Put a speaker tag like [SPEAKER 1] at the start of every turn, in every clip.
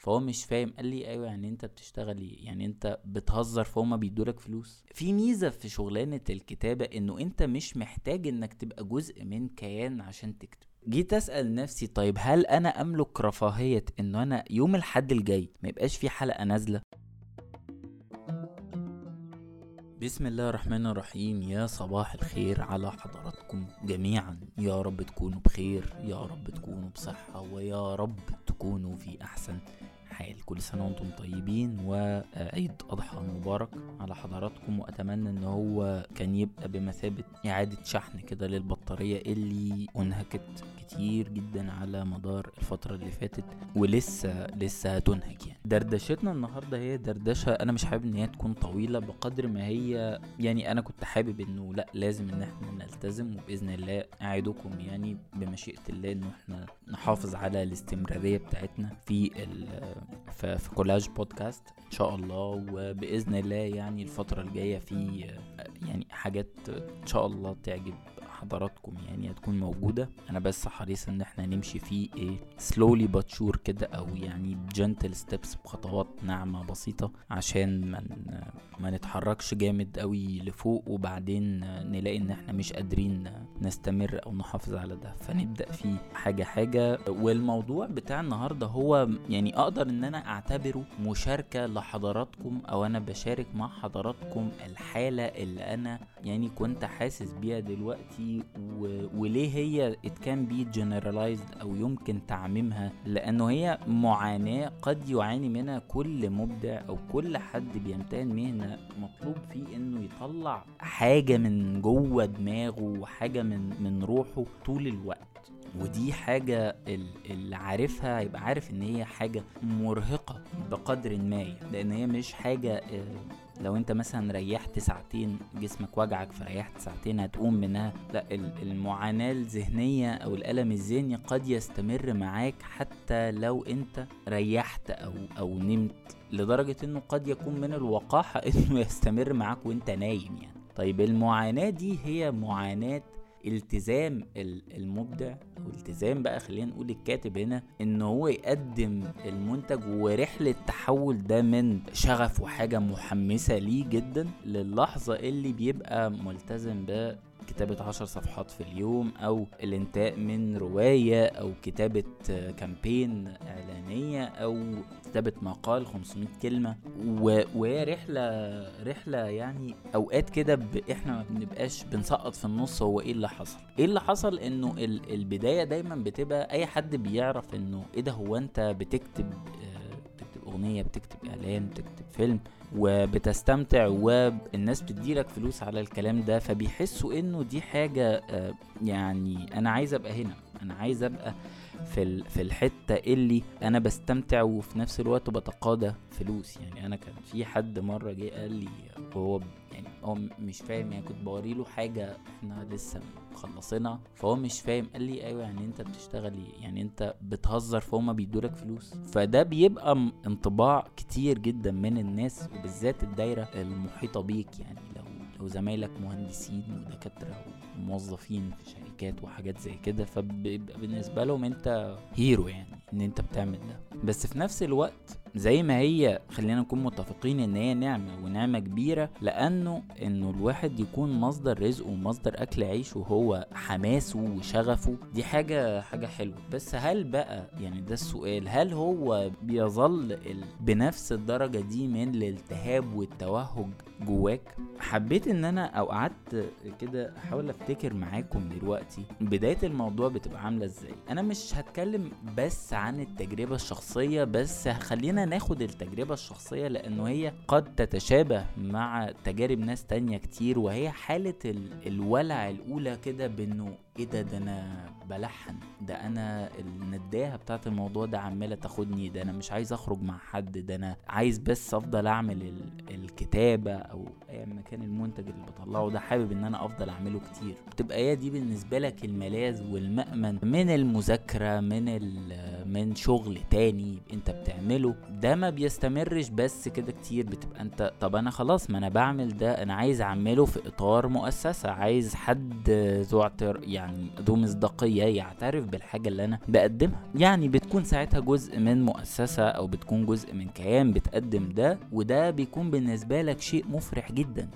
[SPEAKER 1] فهو مش فاهم. قال لي ايوه يعني انت بتشتغل ايه؟ يعني انت بتهزر فهم بيدولك فلوس؟ في ميزة في شغلانة الكتابة انه انت مش محتاج انك تبقى جزء من كيان عشان تكتب. جيت اسأل نفسي طيب هل انا املك رفاهية انه انا يوم الحد الجاي ما يبقاش في حلقة نازلة؟ بسم الله الرحمن الرحيم. يا صباح الخير على حضراتكم جميعا، يا رب تكونوا بخير، يا رب تكونوا بصحة، ويا رب تكونوا في احسن حال. كل سنة وانتم طيبين، وعيد اضحى مبارك على حضراتكم. واتمنى ان هو كان يبقى بمثابة اعادة شحن كده للبطارية اللي انهكت كتير جدا على مدار الفترة اللي فاتت، ولسه هتنهك. يعني دردشتنا النهاردة هي دردشة انا مش حابب ان هي تكون طويلة بقدر ما هي، يعني انا كنت حابب انه لا، لازم ان احنا نلتزم، وباذن الله اعدكم يعني بمشيئة الله انه احنا نحافظ على الاستمرارية بتاعتنا في كولاج بودكاست ان شاء الله. وباذن الله يعني الفترة الجاية في يعني حاجات ان شاء الله تعجب حضراتكم يعني هتكون موجودة. انا بس حريص ان احنا نمشي فيه slowly but sure كده، او يعني gentle steps، بخطوات ناعمة بسيطة، عشان ما نتحركش جامد قوي لفوق وبعدين نلاقي ان احنا مش قادرين نستمر او نحافظ على ده. فنبدأ فيه حاجة حاجة. والموضوع بتاع النهاردة هو يعني اقدر ان انا اعتبره مشاركة لحضراتكم، او انا بشارك مع حضراتكم الحالة اللي انا يعني كنت حاسس بيها دلوقتي، وليه هي it can be generalized او يمكن تعميمها، لانه هي معاناة قد يعاني منها كل مبدع او كل حد بيمتهن مهنة مطلوب فيه انه يطلع حاجة من جوه دماغه وحاجة من روحه طول الوقت. ودي حاجة اللي عارفها يبقى عارف ان هي حاجة مرهقة بقدر ما، لان هي مش حاجة لو انت مثلا ريحت ساعتين جسمك وجعك فريحت ساعتين هتقوم منها. لا، المعاناة الذهنية او الالم الذهني قد يستمر معاك حتى لو انت ريحت او نمت، لدرجة انه قد يكون من الوقاحة انه يستمر معاك وانت نايم يعني. طيب المعاناة دي هي معاناة التزام المبدع، او التزام بقى خلينا نقول الكاتب هنا، ان هو يقدم المنتج ورحلة تحول ده من شغف وحاجة محمسة ليه جدا للحظة اللي بيبقى ملتزم كتابة 10 صفحات في اليوم، او الانتهاء من رواية، او كتابة كامبين اعلانية، او كتابة مقال 500 كلمة. وهي رحلة يعني اوقات كده احنا ما بنبقاش بنسقط في النص. هو ايه اللي حصل انه البداية دايما بتبقى اي حد بيعرف انه ايه ده، هو انت بتكتب اغنية، بتكتب اعلان، بتكتب فيلم وبتستمتع والناس بتديلك فلوس على الكلام ده، فبيحسوا انه دي حاجة يعني انا عايز ابقى هنا، انا عايز ابقى في الحتة اللي انا بستمتع وفي نفس الوقت بتقاضى فلوس. يعني انا كان في حد مرة جه قال لي، وهو يعني هو مش فاهم، يعني كنت بوريله حاجة احنا لسه مخلصينها فهو مش فاهم. قال لي ايوه يعني انت بتشتغل ايه؟ يعني انت بتهزر فهم بيدولك فلوس؟ فده بيبقى انطباع كتير جدا من الناس، وبالذات الدايرة المحيطة بيك. يعني لو زمايلك مهندسين ودكاترة وموظفين في شركات وحاجات زي كده، فبيبقى بالنسبة لهم انت هيرو، يعني ان انت بتعمل ده. بس في نفس الوقت زي ما هي، خلينا نكون متفقين ان هي نعمة ونعمة كبيرة، لانه الواحد يكون مصدر رزقه ومصدر اكل عيشه وهو حماسه وشغفه، دي حاجة حلوة. بس هل بقى، يعني ده السؤال، هل هو بيظل بنفس الدرجة دي من الالتهاب والتوهج جواك؟ حبيت ان انا او قعدت كده احاول افتكر معاكم دلوقتي بداية الموضوع بتبقى عاملة ازاي. انا مش هتكلم بس عن التجربة الشخصية، بس خلينا ناخد التجربة الشخصية لانه هي قد تتشابه مع تجارب ناس تانية كتير، وهي حالة الولع الاولى كده بانه ايه ده انا بلحن، ده انا النداهة بتاعت الموضوع ده عمالة تاخدني، ده انا مش عايز اخرج مع حد، ده انا عايز بس افضل اعمل الكتابة او اي مكان المنتج اللي بطلعه ده حابب ان انا افضل اعمله كتير. بتبقى هي دي بالنسبة لك الملاذ والمأمن من المذاكرة، من شغل تاني انت بتعمله. ده ما بيستمرش بس كده كتير، بتبقى انت طب انا خلاص ما انا بعمل ده، انا عايز اعمله في اطار مؤسسة، عايز حد ذو يعني يعني ذو مصداقية يعترف بالحاجة اللي انا بقدمها. يعني بتكون ساعتها جزء من مؤسسة او بتكون جزء من كيان بتقدم ده، وده بيكون بالنسبة لك شيء مفرح جدا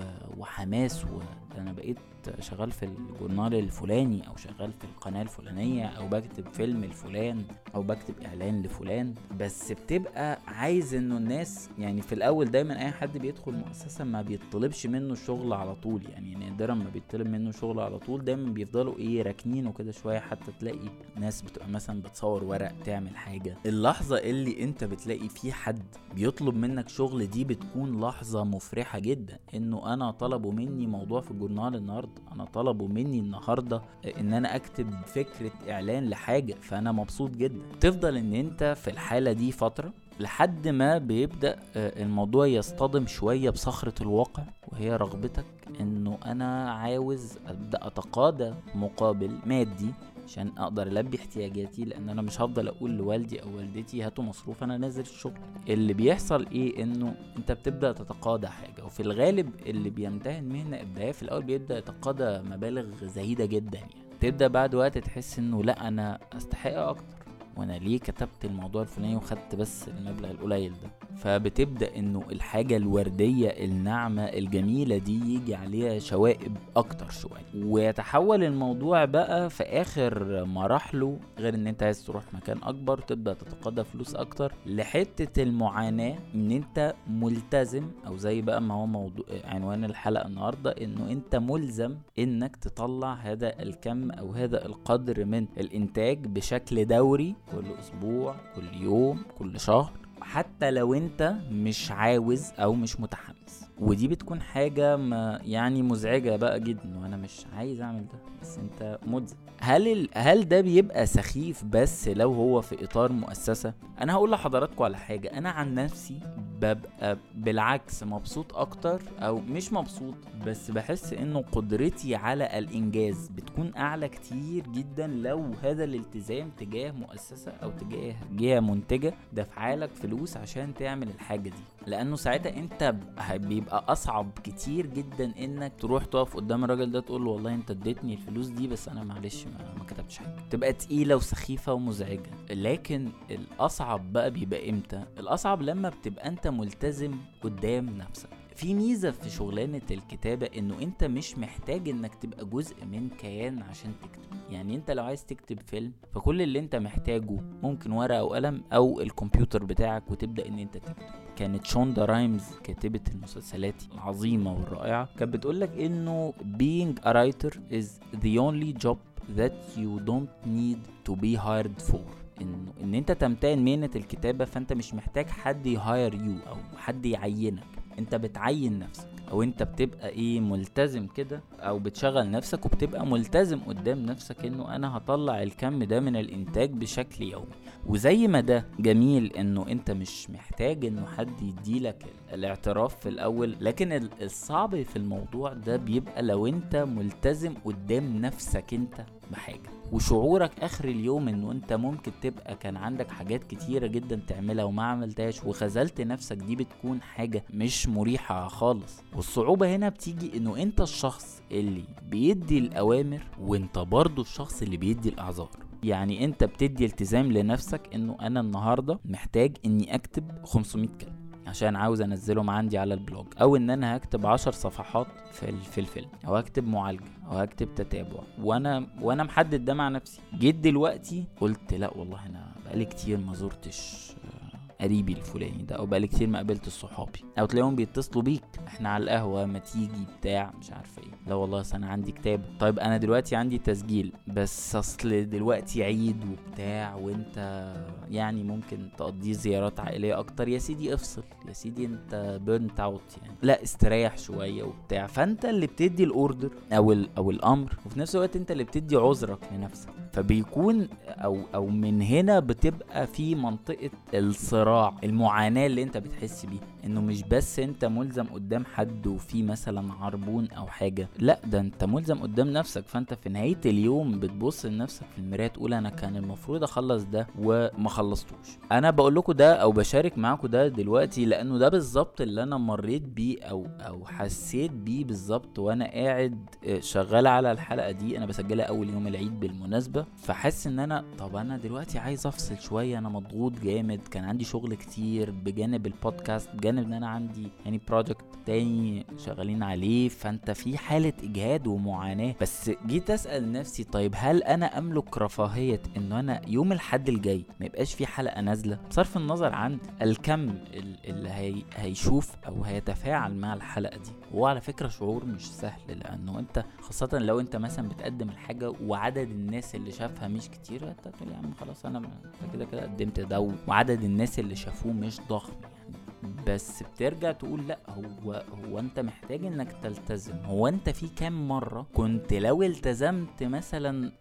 [SPEAKER 1] وحماس. وانا بقيت شغال في الجورنال الفلاني او شغال في القناة الفلانية او بكتب فيلم الفلان او بكتب اعلان لفلان. بس بتبقى عايز انه الناس، يعني في الاول دايما اي حد بيدخل مؤسسة ما بيطلبش منه الشغل على طول، يعني نادرا ما بيطلب منه شغل على طول، دايما بيفضلوا راكنينه كده شوية، حتى تلاقي ناس بتبقى مثلا بتصور ورق تعمل حاجة. اللحظة اللي انت بتلاقي في حد بيطلب منك شغل دي بتكون لحظة مفرحة جدا، انه انا طلبوا مني موضوع في الجورنال النهاردة، انا طلبوا مني النهاردة ان انا اكتب فكرة اعلان لحاجة، فانا مبسوط جدا. تفضل ان انت في الحالة دي فترة لحد ما بيبدأ الموضوع يصطدم شوية بصخرة الواقع، وهي رغبتك انه انا عاوز ابدأ اتقاضى مقابل مادي عشان اقدر البي احتياجاتي، لان انا مش هفضل اقول لوالدي او والدتي هاتوا مصروف انا نازل الشغل. اللي بيحصل انه انت بتبدأ تتقاضى حاجة، وفي الغالب اللي بيمتهن مهنة ابداعية في الاول بيبدأ يتقاضى مبالغ زهيدة جدا، يعني تبدأ بعد وقت تحس انه لا انا استحق اكتر، وانا ليه كتبت الموضوع الفلاني وخدت بس المبلغ القليل ده. فبتبدأ انه الحاجة الوردية الناعمة الجميلة دي يجي عليها شوائب اكتر شوية، ويتحول الموضوع بقى في اخر مراحله، غير ان انت عايز تروح مكان اكبر تبدأ تتقاضى فلوس اكتر، لحتة المعاناة ان انت ملتزم، او زي بقى ما هو موضوع عنوان الحلقة النهاردة، انه انت ملزم انك تطلع هذا الكم او هذا القدر من الانتاج بشكل دوري، كل اسبوع، كل يوم، كل شهر، حتى لو انت مش عاوز او مش متحمس. ودي بتكون حاجة ما يعني مزعجة بقى جدا، وانا مش عايز اعمل ده بس انت ملزم. هل ده بيبقى سخيف بس لو هو في اطار مؤسسة؟ انا هقول لحضراتكم على حاجة، انا عن نفسي ببقى بالعكس مبسوط اكتر، او مش مبسوط بس بحس انه قدرتي على الانجاز بتكون اعلى كتير جدا لو هذا الالتزام تجاه مؤسسة او تجاه جهة منتجة دفعالك فلوس عشان تعمل الحاجة دي، لانه ساعتها انت بيبقى اصعب كتير جدا انك تروح تقف قدام الراجل ده تقول له والله انت اديتني الفلوس دي بس انا معلش ما كتبتش حاجة، تبقى تقيلة وسخيفة ومزعجة. لكن الاصعب بقى بيبقى امتى؟ الاصعب لما بتبقى انت ملتزم قدام نفسك. في ميزة في شغلانة الكتابة انه انت مش محتاج انك تبقى جزء من كيان عشان تكتب. يعني انت لو عايز تكتب فيلم فكل اللي انت محتاجه ممكن ورقة وقلم او الكمبيوتر بتاعك وتبدأ ان انت تكتب. كانت شوندا رايمز كاتبة المسلسلات العظيمة والرائعة كانت بتقولك انه being a writer is the only job that you don't need to be hired for. ان انت تمتهن مهنة الكتابة فانت مش محتاج حد يهاير يو او حد يعينك، انت بتعين نفسك، او انت بتبقى ملتزم كده، او بتشغل نفسك وبتبقى ملتزم قدام نفسك انه انا هطلع الكم ده من الانتاج بشكل يومي. وزي ما ده جميل انه انت مش محتاج انه حد يديلك الاعتراف في الاول، لكن الصعب في الموضوع ده بيبقى لو انت ملتزم قدام نفسك انت بحاجة، وشعورك اخر اليوم انه انت ممكن تبقى كان عندك حاجات كتيرة جدا تعملها وما عملتهاش وخذلت نفسك. دي بتكون حاجة مش مريحة خالص. والصعوبة هنا بتيجي انه انت الشخص اللي بيدي الاوامر وانت برضو الشخص اللي بيدي الاعذار. يعني انت بتدي التزام لنفسك انه انا النهاردة محتاج اني اكتب 500 كلمة عشان عاوز انزلهم عندي على البلوج، او ان انا هكتب 10 صفحات في الفيلم، او هكتب معالجة، او هكتب تتابع، وانا محدد ده مع نفسي. جيت دلوقتي قلت لا والله انا بقالي كتير ما زرتش قريبي الفلاني ده، او بقالي كتير ما قابلت صحابي، او تلاقيهم بيتصلوا بيك احنا على القهوة ما تيجي بتاع مش عارفه ايه، لا والله انا عندي كتاب، طيب انا دلوقتي عندي تسجيل بس اصل دلوقتي عيد وبتاع وانت يعني ممكن تقضي زيارات عائلية اكتر، يا سيدي افصل يا سيدي انت بيرنت اوت، يعني لا استريح شوية وبتاع. فانت اللي بتدي الاوردر او الامر، وفي نفس الوقت انت اللي بتدي عذرك لنفسك. فبيكون او من هنا بتبقى في منطقة الصراع، المعاناة اللي انت بتحس بيه، انه مش بس انت ملزم قدام حد وفي مثلا عربون او حاجة، لا ده انت ملزم قدام نفسك. فانت في نهاية اليوم بتبص لنفسك في المراية تقول انا كان المفروض اخلص ده وما خلصتوش. انا بقول لكم ده او بشارك معاكم ده دلوقتي لانه ده بالظبط اللي انا مريت بيه او حسيت بيه بالظبط وانا قاعد شغال على الحلقة دي. انا بسجلها اول يوم العيد بالمناسبة، فحس ان انا طب انا دلوقتي عايز افصل شوية، انا مضغوط جامد، كان عندي شغل كتير بجانب البودكاست، بجانب ان انا عندي يعني بروجكت تاني شغالين عليه، فانت في حالة اجهاد ومعاناة. بس جيت اسأل نفسي طيب هل انا املك رفاهية انه انا يوم الحد الجاي ما يبقاش في حلقة نازلة، بصرف النظر عن الكم اللي هيشوف او هيتفاعل مع الحلقة دي؟ هو على فكرة شعور مش سهل، لانه انت خاصة لو انت مثلا بتقدم الحاجة وعدد الناس اللي شافها مش كتير، انت تقول يا عم خلاص انا كده قدمت ده، وعدد الناس اللي شافوه مش ضخم يعني. بس بترجع تقول لا، هو انت محتاج انك تلتزم. هو انت في كام مرة كنت لو التزمت مثلا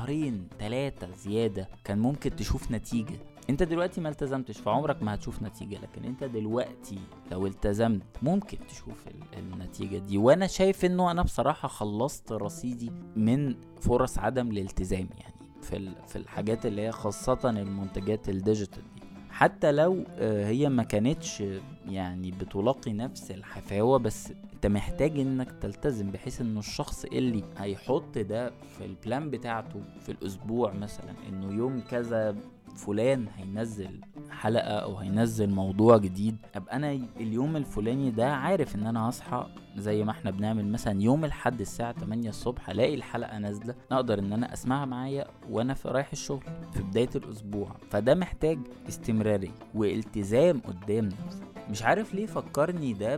[SPEAKER 1] 2-3 زيادة كان ممكن تشوف نتيجة؟ انت دلوقتي ما التزمتش فعمرك ما هتشوف نتيجة، لكن انت دلوقتي لو التزمت ممكن تشوف النتيجة دي. وانا شايف انه انا بصراحة خلصت رصيدي من فرص عدم الالتزام يعني في الحاجات اللي هي خاصة المنتجات الديجيتال دي، حتى لو هي ما كانتش يعني بتلاقي نفس الحفاوة، بس انت محتاج انك تلتزم بحيث انه الشخص اللي هيحط ده في البلان بتاعته في الاسبوع مثلا انه يوم كذا فلان هينزل حلقة او هينزل موضوع جديد، ابقى انا اليوم الفلاني ده عارف ان انا هصحى زي ما احنا بنعمل مثلا يوم الحد الساعة 8 الصبح الاقي الحلقة نازلة، اقدر ان انا اسمعها معايا وانا في رايح الشغل في بداية الاسبوع. فده محتاج استمرارية والتزام قدام نفسك. مش عارف ليه فكرني ده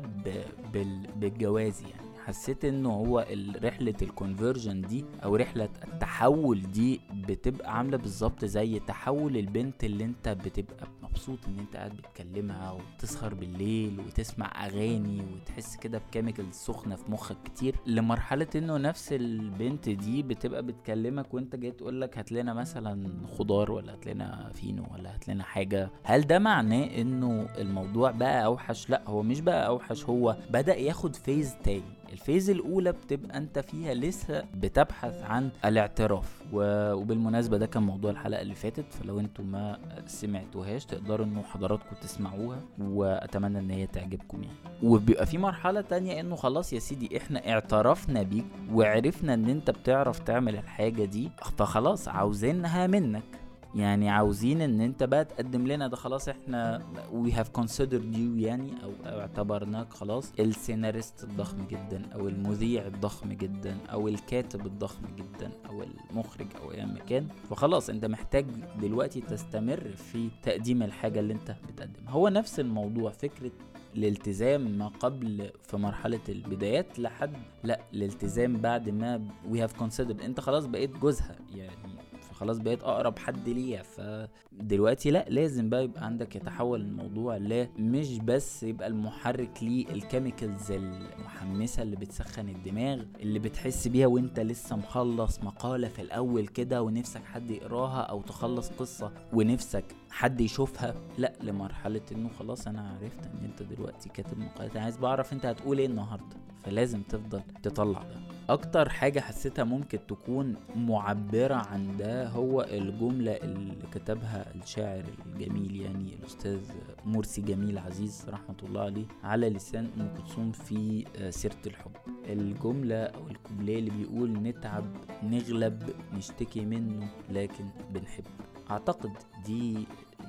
[SPEAKER 1] بالجواز يعني. حسيت انه هو رحلة الكونفرجن دي او رحلة التحول دي بتبقى عاملة بالظبط زي تحول البنت اللي انت بتبقى مبسوط ان انت قاعد بتكلمها وتسهر بالليل وتسمع اغاني وتحس كده بكيميكال سخنة في مخك كتير، لمرحلة انه نفس البنت دي بتبقى بتكلمك وانت جاي تقولك هات لنا مثلا خضار ولا هات لنا فينو ولا هات لنا حاجة. هل ده معناه انه الموضوع بقى اوحش؟ لا، هو مش بقى اوحش، هو بدأ ياخد فيز تاني. الفيز الاولى بتبقى انت فيها لسه بتبحث عن الاعتراف، وبالمناسبة ده كان موضوع الحلقة اللي فاتت، فلو انتم ما سمعتوهاش تقدروا انه حضراتكم تسمعوها واتمنى ان هي تعجبكم يعني. وبيبقى في مرحلة تانية انه خلاص يا سيدي احنا اعترفنا بيك وعرفنا ان انت بتعرف تعمل الحاجة دي، فخلاص عاوزينها منك يعني، عاوزين ان انت بقى تقدم لنا ده. خلاص احنا we have considered you يعني او اعتبرناك خلاص السيناريست الضخم جدا او المذيع الضخم جدا او الكاتب الضخم جدا او المخرج او اي مكان، فخلاص انت محتاج دلوقتي تستمر في تقديم الحاجة اللي انت بتقدمها. هو نفس الموضوع، فكرة الالتزام ما قبل في مرحلة البدايات لحد لا الالتزام بعد ما we have considered انت خلاص بقيت جوزها يعني، خلاص بقيت اقرب حد ليها. فدلوقتي لا، لازم بقى يبقى عندك يتحول الموضوع لا مش بس يبقى المحرك ليه الكيميكالز المحمسة اللي بتسخن الدماغ اللي بتحس بيها وانت لسه مخلص مقالة في الاول كده ونفسك حد يقراها، او تخلص قصة ونفسك حد يشوفها، لا لمرحلة انه خلاص انا عرفت ان انت دلوقتي كاتب مقالة، انا عايز بعرف انت هتقول ايه النهاردة، فلازم تفضل تطلع ده. اكتر حاجة حسيتها ممكن تكون معبرة عن ده هو الجملة اللي كتبها الشاعر الجميل يعني الاستاذ مرسي جميل عزيز رحمة الله عليه على لسان ام كلثوم في سيرة الحب. الجملة او الكوبليه اللي بيقول نتعب نغلب نشتكي منه لكن بنحب. اعتقد دي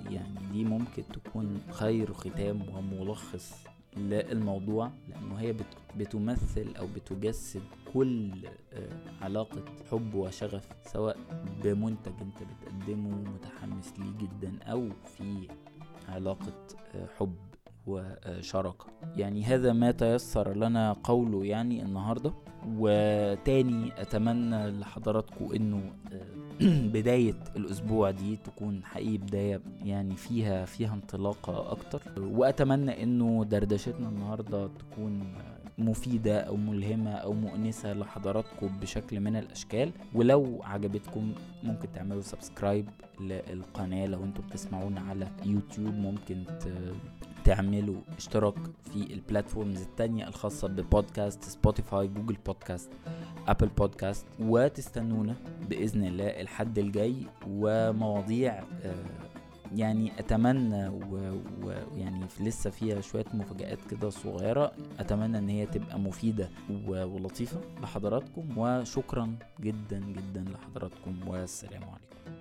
[SPEAKER 1] ممكن تكون خير ختام وملخص للموضوع، لأنه هي بتمثل أو بتجسد كل علاقة حب وشغف، سواء بمنتج أنت بتقدمه متحمس ليه جدا أو في علاقة حب وشراكة. يعني هذا ما تيسر لنا قوله يعني النهاردة. وتاني أتمنى لحضراتكم أنه بداية الأسبوع دي تكون حقيقي بداية يعني فيها انطلاقة أكتر. وأتمنى أنه دردشتنا النهاردة تكون مفيدة أو ملهمة أو مؤنسة لحضراتكم بشكل من الأشكال. ولو عجبتكم ممكن تعملوا سبسكرايب للقناة. لو انتوا بتسمعونا على يوتيوب ممكن تعملوا اشتراك في البلاتفورمز التانية الخاصة ببودكاست، سبوتيفاي، جوجل بودكاست، ابل بودكاست. وتستنونا بإذن الله الحد الجاي ومواضيع يعني اتمنى ويعني لسه فيها شوية مفاجآت كده صغيرة، اتمنى ان هي تبقى مفيدة ولطيفة لحضراتكم. وشكرا جدا جدا لحضراتكم والسلام عليكم.